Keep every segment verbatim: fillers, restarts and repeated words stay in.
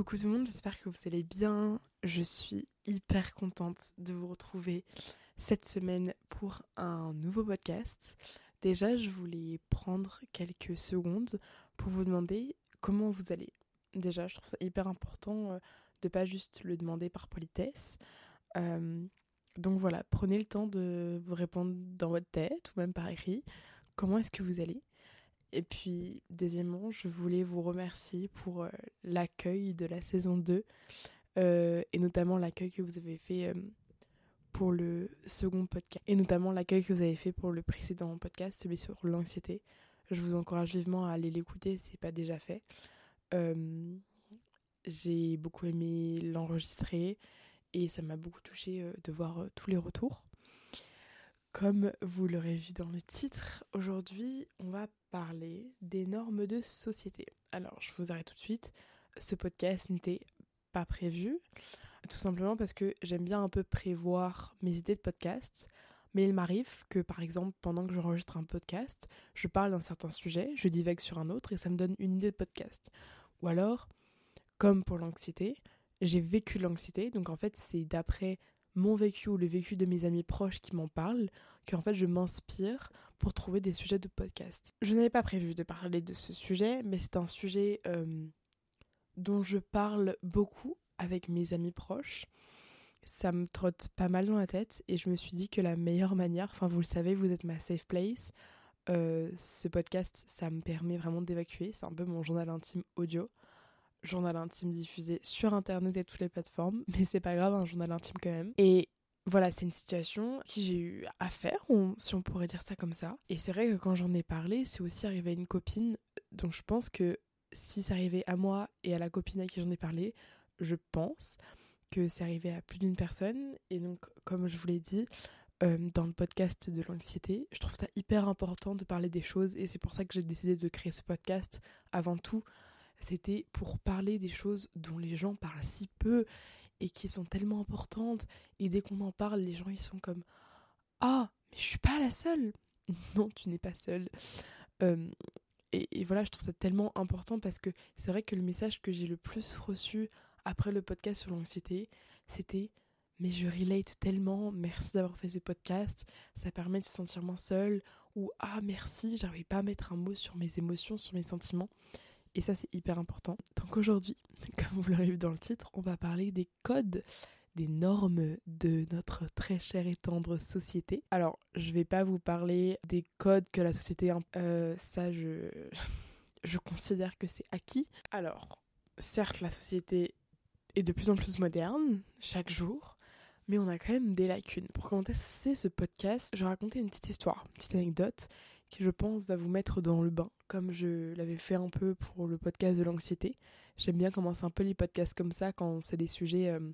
Coucou tout le monde, j'espère que vous allez bien. Je suis hyper contente de vous retrouver cette semaine pour un nouveau podcast. Déjà, je voulais prendre quelques secondes pour vous demander comment vous allez. Déjà, je trouve ça hyper important euh, de pas juste le demander par politesse. Euh, donc voilà, prenez le temps de vous répondre dans votre tête ou même par écrit. Comment est-ce que vous allez ? Et puis, deuxièmement, je voulais vous remercier pour euh, l'accueil de la saison deux euh, et notamment l'accueil que vous avez fait euh, pour le second podcast et notamment l'accueil que vous avez fait pour le précédent podcast, celui sur l'anxiété. Je vous encourage vivement à aller l'écouter si ce n'est pas déjà fait. Euh, j'ai beaucoup aimé l'enregistrer et ça m'a beaucoup touchée euh, de voir euh, tous les retours. Comme vous l'aurez vu dans le titre, aujourd'hui, on va parler des normes de société. Alors, je vous arrête tout de suite. Ce podcast n'était pas prévu, tout simplement parce que j'aime bien un peu prévoir mes idées de podcast. Mais il m'arrive que, par exemple, pendant que j'enregistre un podcast, je parle d'un certain sujet, je divague sur un autre et ça me donne une idée de podcast. Ou alors, comme pour l'anxiété, j'ai vécu l'anxiété, donc en fait, c'est d'après mon vécu ou le vécu de mes amis proches qui m'en parlent, qu'en fait je m'inspire pour trouver des sujets de podcast. Je n'avais pas prévu de parler de ce sujet, mais c'est un sujet euh, dont je parle beaucoup avec mes amis proches. Ça me trotte pas mal dans la tête et je me suis dit que la meilleure manière, enfin vous le savez, vous êtes ma safe place, euh, ce podcast ça me permet vraiment d'évacuer, c'est un peu mon journal intime audio. Journal intime diffusé sur internet et toutes les plateformes, mais c'est pas grave, un journal intime quand même. Et voilà, c'est une situation qui j'ai eu à faire, on, si on pourrait dire ça comme ça. Et c'est vrai que quand j'en ai parlé, c'est aussi arrivé à une copine, donc je pense que si c'est arrivé à moi et à la copine à qui j'en ai parlé, je pense que c'est arrivé à plus d'une personne. Et donc, comme je vous l'ai dit, euh, dans le podcast de l'anxiété, je trouve ça hyper important de parler des choses et c'est pour ça que j'ai décidé de créer ce podcast avant tout. C'était pour parler des choses dont les gens parlent si peu et qui sont tellement importantes. Et dès qu'on en parle, les gens ils sont comme « Ah, mais je suis pas la seule !» Non, tu n'es pas seule. Euh, et, et voilà, je trouve ça tellement important parce que c'est vrai que le message que j'ai le plus reçu après le podcast sur l'anxiété, c'était « Mais je relate tellement, merci d'avoir fait ce podcast, ça permet de se sentir moins seule. » Ou « Ah, merci, j'arrive pas à mettre un mot sur mes émotions, sur mes sentiments. » Et ça, c'est hyper important. Donc aujourd'hui, comme vous l'aurez vu dans le titre, on va parler des codes, des normes de notre très chère et tendre société. Alors, je vais pas vous parler des codes que la société... Euh, ça, je... je considère que c'est acquis. Alors, certes, la société est de plus en plus moderne, chaque jour, mais on a quand même des lacunes. Pour commencer ce podcast, je vais raconter une petite histoire, une petite anecdote qui, je pense, va vous mettre dans le bain, comme je l'avais fait un peu pour le podcast de l'anxiété. J'aime bien commencer un peu les podcasts comme ça, quand c'est des sujets euh,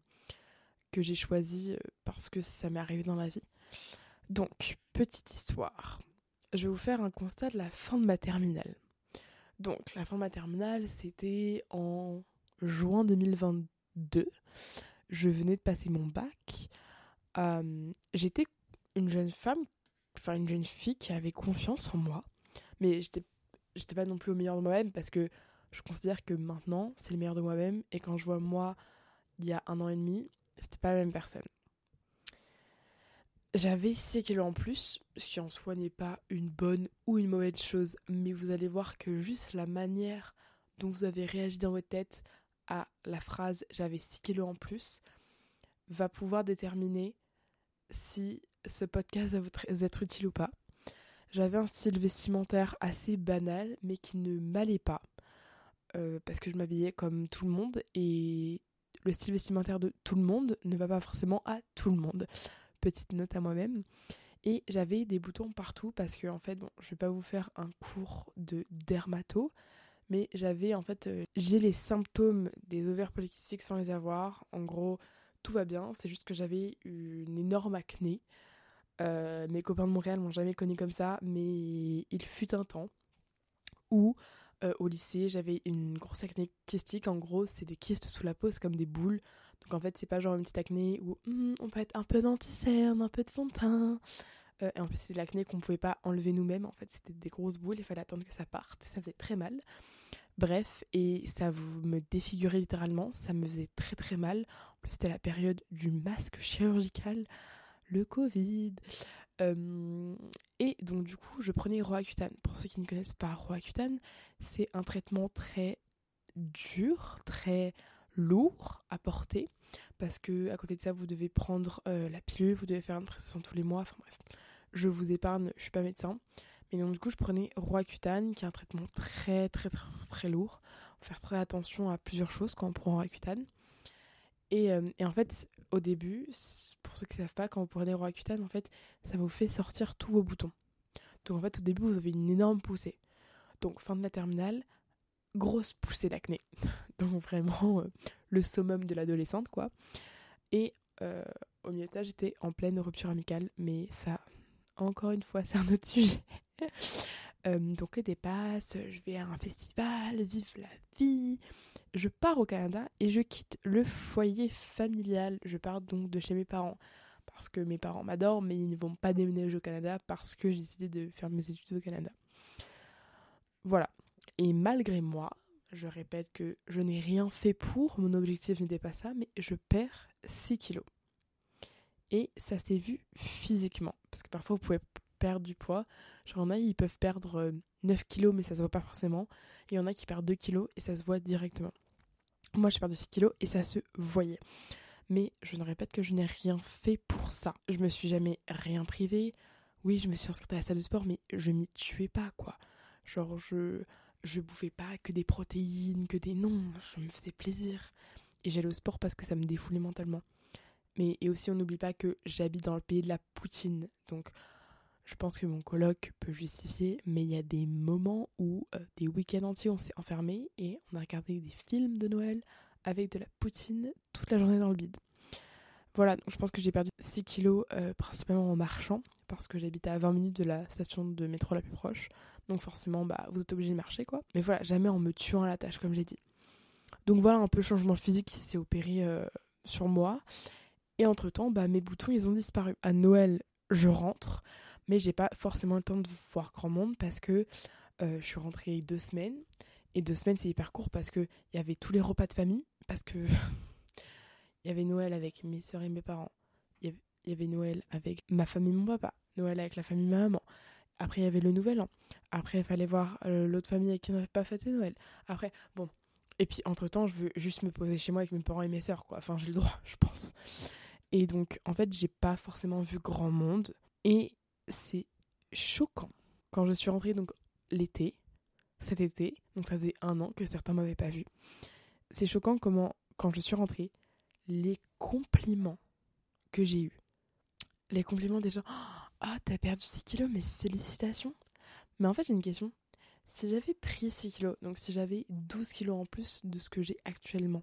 que j'ai choisis euh, parce que ça m'est arrivé dans la vie. Donc, petite histoire. Je vais vous faire un constat de la fin de ma terminale. Donc, la fin de ma terminale, c'était en juin deux mille vingt-deux. Je venais de passer mon bac. Euh, j'étais une jeune femme, enfin une jeune fille qui avait confiance en moi. Mais j'étais, j'étais pas non plus au meilleur de moi-même parce que je considère que maintenant, c'est le meilleur de moi-même. Et quand je vois moi, il y a un an et demi, c'était pas la même personne. J'avais six kilos en plus, ce qui en soi n'est pas une bonne ou une mauvaise chose. Mais vous allez voir que juste la manière dont vous avez réagi dans votre tête à la phrase « j'avais six kilos en plus » va pouvoir déterminer si ce podcast va vous être utile ou pas. J'avais un style vestimentaire assez banal, mais qui ne m'allait pas, euh, parce que je m'habillais comme tout le monde, et le style vestimentaire de tout le monde ne va pas forcément à tout le monde. Petite note à moi-même. Et j'avais des boutons partout, parce que, en fait, bon, je vais pas vous faire un cours de dermato, mais j'avais, en fait, euh, j'ai les symptômes des ovaires polykystiques sans les avoir. En gros, tout va bien, c'est juste que j'avais une énorme acné. Euh, mes copains de Montréal m'ont jamais connue comme ça, mais il fut un temps où, euh, au lycée, j'avais une grosse acné kystique. En gros, c'est des kystes sous la peau, c'est comme des boules. Donc en fait, c'est pas genre une petite acné où hm, on peut être un peu d'anti-cerne, un peu de fond de teint. Euh, et en plus, c'est de l'acné qu'on pouvait pas enlever nous-mêmes. En fait, c'était des grosses boules, il fallait attendre que ça parte. Ça faisait très mal. Bref, et ça vous me défigurait littéralement, ça me faisait très très mal. En plus, c'était la période du masque chirurgical, le Covid. Euh, et donc du coup, je prenais Roaccutane. Pour ceux qui ne connaissent pas Roaccutane, c'est un traitement très dur, très lourd à porter, parce que à côté de ça, vous devez prendre euh, la pilule, vous devez faire une prestation tous les mois. Enfin bref, je vous épargne, je suis pas médecin. Mais donc du coup, je prenais Roaccutane, qui est un traitement très très très très lourd. Faut faire très attention à plusieurs choses quand on prend Roaccutane. Et, euh, et en fait, au début, pour ceux qui ne savent pas, quand vous prenez Roaccutane, en fait, ça vous fait sortir tous vos boutons. Donc en fait, au début, vous avez une énorme poussée. Donc fin de la terminale, grosse poussée d'acné. Donc vraiment euh, le summum de l'adolescente, quoi. Et euh, au milieu de ça, j'étais en pleine rupture amicale, mais ça, encore une fois, c'est un autre sujet. Euh, donc l'été passe, je vais à un festival, vive la vie. Je pars au Canada et je quitte le foyer familial. Je pars donc de chez mes parents. Parce que mes parents m'adorent, mais ils ne vont pas déménager au Canada parce que j'ai décidé de faire mes études au Canada. Voilà. Et malgré moi, je répète que je n'ai rien fait pour, mon objectif n'était pas ça, mais je perds six kilos. Et ça s'est vu physiquement. Parce que parfois vous pouvez perdre du poids. Genre, il y en a, ils peuvent perdre neuf kilos, mais ça se voit pas forcément. Et il y en a qui perdent deux kilos et ça se voit directement. Moi, j'ai perdu six kilos et ça se voyait. Mais je ne répète que je n'ai rien fait pour ça. Je me suis jamais rien privé. Oui, je me suis inscrite à la salle de sport, mais je m'y tuais pas, quoi. Genre, je, je bouffais pas que des protéines, que des... Non, je me faisais plaisir. Et j'allais au sport parce que ça me défoulait mentalement. Mais et aussi, on n'oublie pas que j'habite dans le pays de la poutine. Donc, je pense que mon coloc peut justifier, mais il y a des moments où, euh, des week-ends entiers, on s'est enfermés et on a regardé des films de Noël avec de la poutine toute la journée dans le bide. Voilà, donc je pense que j'ai perdu six kilos euh, principalement en marchant, parce que j'habite à vingt minutes de la station de métro la plus proche. Donc forcément, bah, vous êtes obligé de marcher, quoi. Mais voilà, jamais en me tuant à la tâche, comme j'ai dit. Donc voilà un peu le changement physique qui s'est opéré euh, sur moi. Et entre-temps, bah, mes boutons, ils ont disparu. À Noël, je rentre, mais j'ai pas forcément le temps de voir grand monde parce que euh, je suis rentrée deux semaines. Et deux semaines, c'est hyper court parce qu'il y avait tous les repas de famille. Parce que il y avait Noël avec mes soeurs et mes parents. Il y avait Noël avec ma famille, mon papa. Noël avec la famille, ma maman. Après, il y avait le Nouvel An. Après, il fallait voir euh, l'autre famille avec qui on n'avait pas fêté Noël. Après, bon. Et puis, entre-temps, je veux juste me poser chez moi avec mes parents et mes soeurs, quoi. Enfin, j'ai le droit, je pense. Et donc, en fait, j'ai pas forcément vu grand monde. Et c'est choquant. Quand je suis rentrée, donc, l'été, cet été, donc ça faisait un an que certains m'avaient pas vue. C'est choquant comment, quand je suis rentrée, les compliments que j'ai eus. Les compliments des gens. Ah, oh, t'as perdu six kilos, mais félicitations. Mais en fait, j'ai une question. Si j'avais pris six kilos, donc si j'avais douze kilos en plus de ce que j'ai actuellement,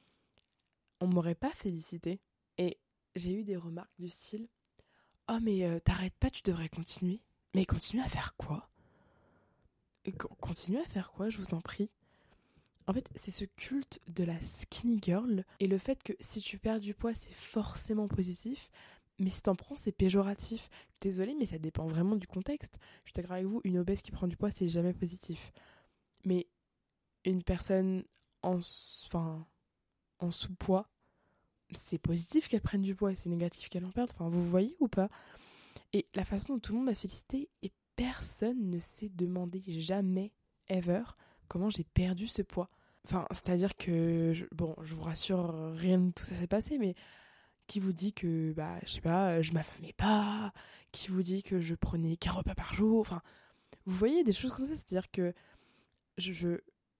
on m'aurait pas félicité. Et j'ai eu des remarques du style « Oh, mais euh, t'arrêtes pas, tu devrais continuer. » Mais continue à faire quoi ? Continue à faire quoi, je vous en prie ? En fait, c'est ce culte de la skinny girl et le fait que si tu perds du poids, c'est forcément positif, mais si t'en prends, c'est péjoratif. Désolée, mais ça dépend vraiment du contexte. Je suis d'accord avec vous, une obèse qui prend du poids, c'est jamais positif. Mais une personne en, enfin, en sous-poids, c'est positif qu'elle prenne du poids et c'est négatif qu'elle en perde. Enfin, vous voyez ou pas ? Et la façon dont tout le monde m'a félicité, et personne ne s'est demandé jamais, ever, comment j'ai perdu ce poids. Enfin, c'est-à-dire que, je, bon, je vous rassure, rien de tout ça s'est passé, mais qui vous dit que, bah, je sais pas, je m'affamais pas, qui vous dit que je prenais qu'un repas par jour, enfin, vous voyez, des choses comme ça, c'est-à-dire que je, je,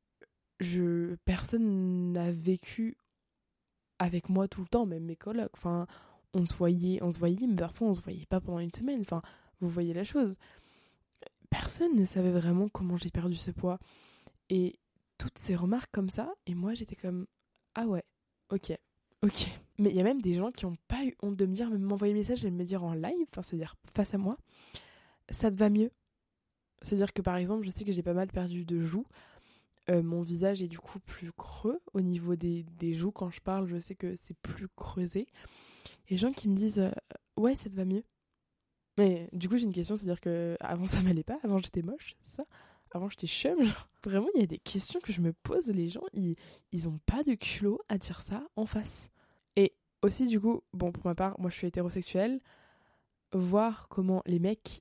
je personne n'a vécu avec moi tout le temps, même mes colocs, enfin, on se voyait, on se voyait, mais parfois on se voyait pas pendant une semaine, enfin, vous voyez la chose. Personne ne savait vraiment comment j'ai perdu ce poids. Et toutes ces remarques comme ça, et moi j'étais comme, ah ouais, ok, ok. Mais il y a même des gens qui n'ont pas eu honte de me dire, même m'envoyer un message et me dire en live, enfin c'est-à-dire face à moi, ça te va mieux. C'est-à-dire que par exemple, je sais que j'ai pas mal perdu de joues, euh, mon visage est du coup plus creux au niveau des, des joues, quand je parle, je sais que c'est plus creusé. Et les gens qui me disent, euh, ouais, ça te va mieux. Mais du coup, j'ai une question, c'est-à-dire que avant ça m'allait pas, avant j'étais moche, c'est ça ? avant j'étais chum, genre vraiment il y a des questions que je me pose, les gens ils, ils ont pas de culot à dire ça en face. Et aussi du coup, bon pour ma part, moi je suis hétérosexuelle, voir comment les mecs,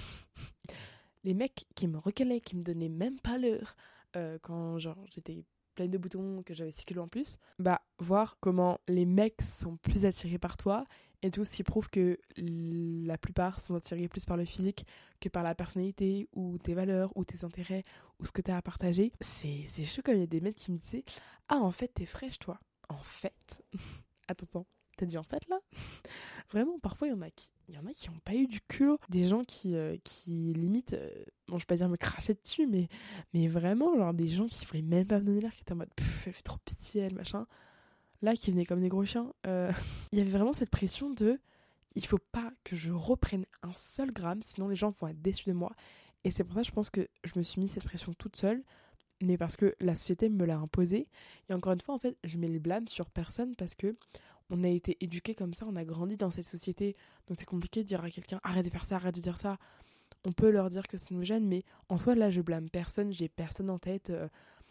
les mecs qui me recalaient, qui me donnaient même pas l'heure, euh, quand genre j'étais pleine de boutons, que j'avais six kilos en plus, bah voir comment les mecs sont plus attirés par toi et tout, ce qui prouve que la plupart sont attirés plus par le physique que par la personnalité ou tes valeurs ou tes intérêts ou ce que t'as à partager. C'est, c'est chaud, comme il y a des mecs qui me disaient « Ah en fait t'es fraîche toi ». En fait Attends, attends, t'as dit en fait là? Vraiment, parfois il y en a qui il y en a qui n'ont pas eu du culot. Des gens qui, euh, qui limite, euh, bon je vais pas dire me cracher dessus, mais, mais vraiment, genre des gens qui voulaient même pas me donner l'air, qui étaient en mode pff, elle fait trop pitié, elle, machin. Là, qui venaient comme des gros chiens. Euh, il y avait vraiment cette pression de il faut pas que je reprenne un seul gramme, sinon les gens vont être déçus de moi. Et c'est pour ça, je pense que je me suis mis cette pression toute seule, mais parce que la société me l'a imposée. Et encore une fois, en fait, je mets le blâme sur personne parce que on a été éduqués comme ça, on a grandi dans cette société, donc c'est compliqué de dire à quelqu'un arrête de faire ça, arrête de dire ça. On peut leur dire que ça nous gêne, mais en soi là je blâme personne, j'ai personne en tête. Euh,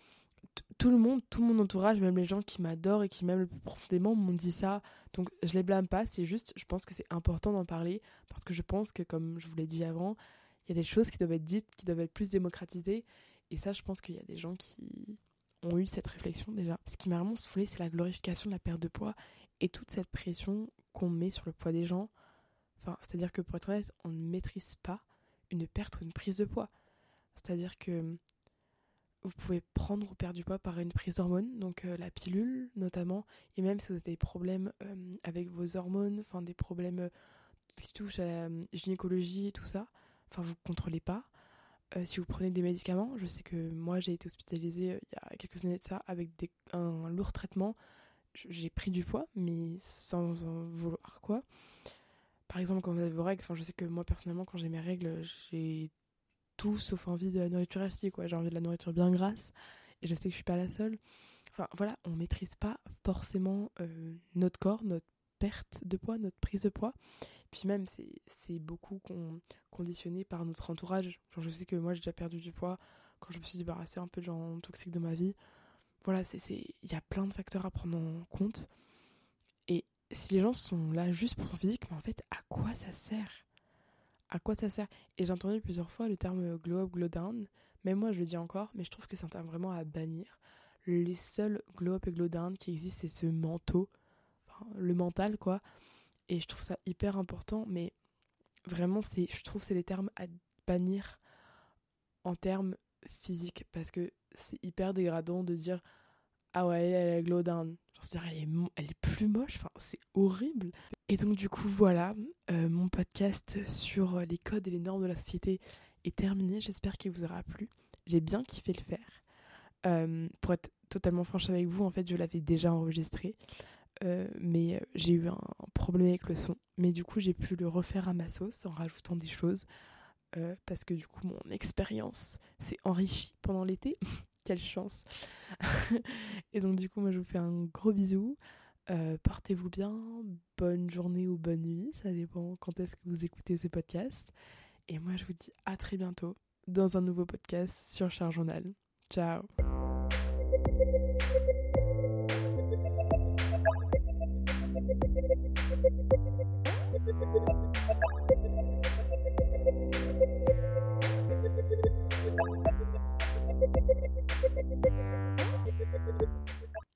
t- tout le monde, tout mon entourage, même les gens qui m'adorent et qui m'aiment le plus profondément m'ont dit ça, donc je les blâme pas. C'est juste, je pense que c'est important d'en parler parce que je pense que, comme je vous l'ai dit avant, il y a des choses qui doivent être dites, qui doivent être plus démocratisées, et ça je pense qu'il y a des gens qui ont eu cette réflexion déjà. Ce qui m'a vraiment saoulée, c'est la glorification de la perte de poids et toute cette pression qu'on met sur le poids des gens. Enfin, c'est-à-dire que pour être honnête, on ne maîtrise pas une perte ou une prise de poids. C'est-à-dire que vous pouvez prendre ou perdre du poids par une prise d'hormones, donc euh, la pilule notamment, et même si vous avez des problèmes euh, avec vos hormones, enfin des problèmes euh, qui touchent à la gynécologie et tout ça, enfin vous ne contrôlez pas. Euh, si vous prenez des médicaments, je sais que moi j'ai été hospitalisée euh, il y a quelques années de ça avec des, un lourd traitement. J'ai pris du poids, mais sans en vouloir quoi. Par exemple, quand vous avez vos règles, enfin, je sais que moi personnellement, quand j'ai mes règles, j'ai tout sauf envie de la nourriture healthy, quoi. J'ai envie de la nourriture bien grasse, et je sais que je suis pas la seule. Enfin voilà, on maîtrise pas forcément euh, notre corps, notre perte de poids, notre prise de poids. Puis même, c'est, c'est beaucoup con, conditionné par notre entourage. Genre, je sais que moi, j'ai déjà perdu du poids quand je me suis débarrassée un peu de gens toxiques de ma vie. Voilà, c'est, c'est, il y a plein de facteurs à prendre en compte. Et si les gens sont là juste pour son physique, mais en fait, à quoi ça sert ? À quoi ça sert ? Et j'ai entendu plusieurs fois le terme glow up, glow down. Même moi, je le dis encore, mais je trouve que c'est un terme vraiment à bannir. Les seuls glow up et glow down qui existent, c'est ce manteau, enfin, le mental, quoi. Et je trouve ça hyper important, mais vraiment, c'est, je trouve que c'est les termes à bannir en termes physiques, parce que c'est hyper dégradant de dire ah ouais, elle est glow down. Genre, c'est-à-dire, elle est, mo- elle est plus moche, enfin, c'est horrible. Et donc, du coup, voilà, euh, mon podcast sur les codes et les normes de la société est terminé. J'espère qu'il vous aura plu. J'ai bien kiffé le faire. Euh, pour être totalement franche avec vous, en fait, je l'avais déjà enregistré. Euh, mais j'ai eu un problème avec le son. Mais du coup, j'ai pu le refaire à ma sauce en rajoutant des choses. Euh, parce que du coup, mon expérience s'est enrichie pendant l'été. Quelle chance. Et donc du coup, moi je vous fais un gros bisou. Euh, portez-vous bien, bonne journée ou bonne nuit, ça dépend quand est-ce que vous écoutez ce podcast. Et moi je vous dis à très bientôt dans un nouveau podcast sur Charles Journal. Ciao.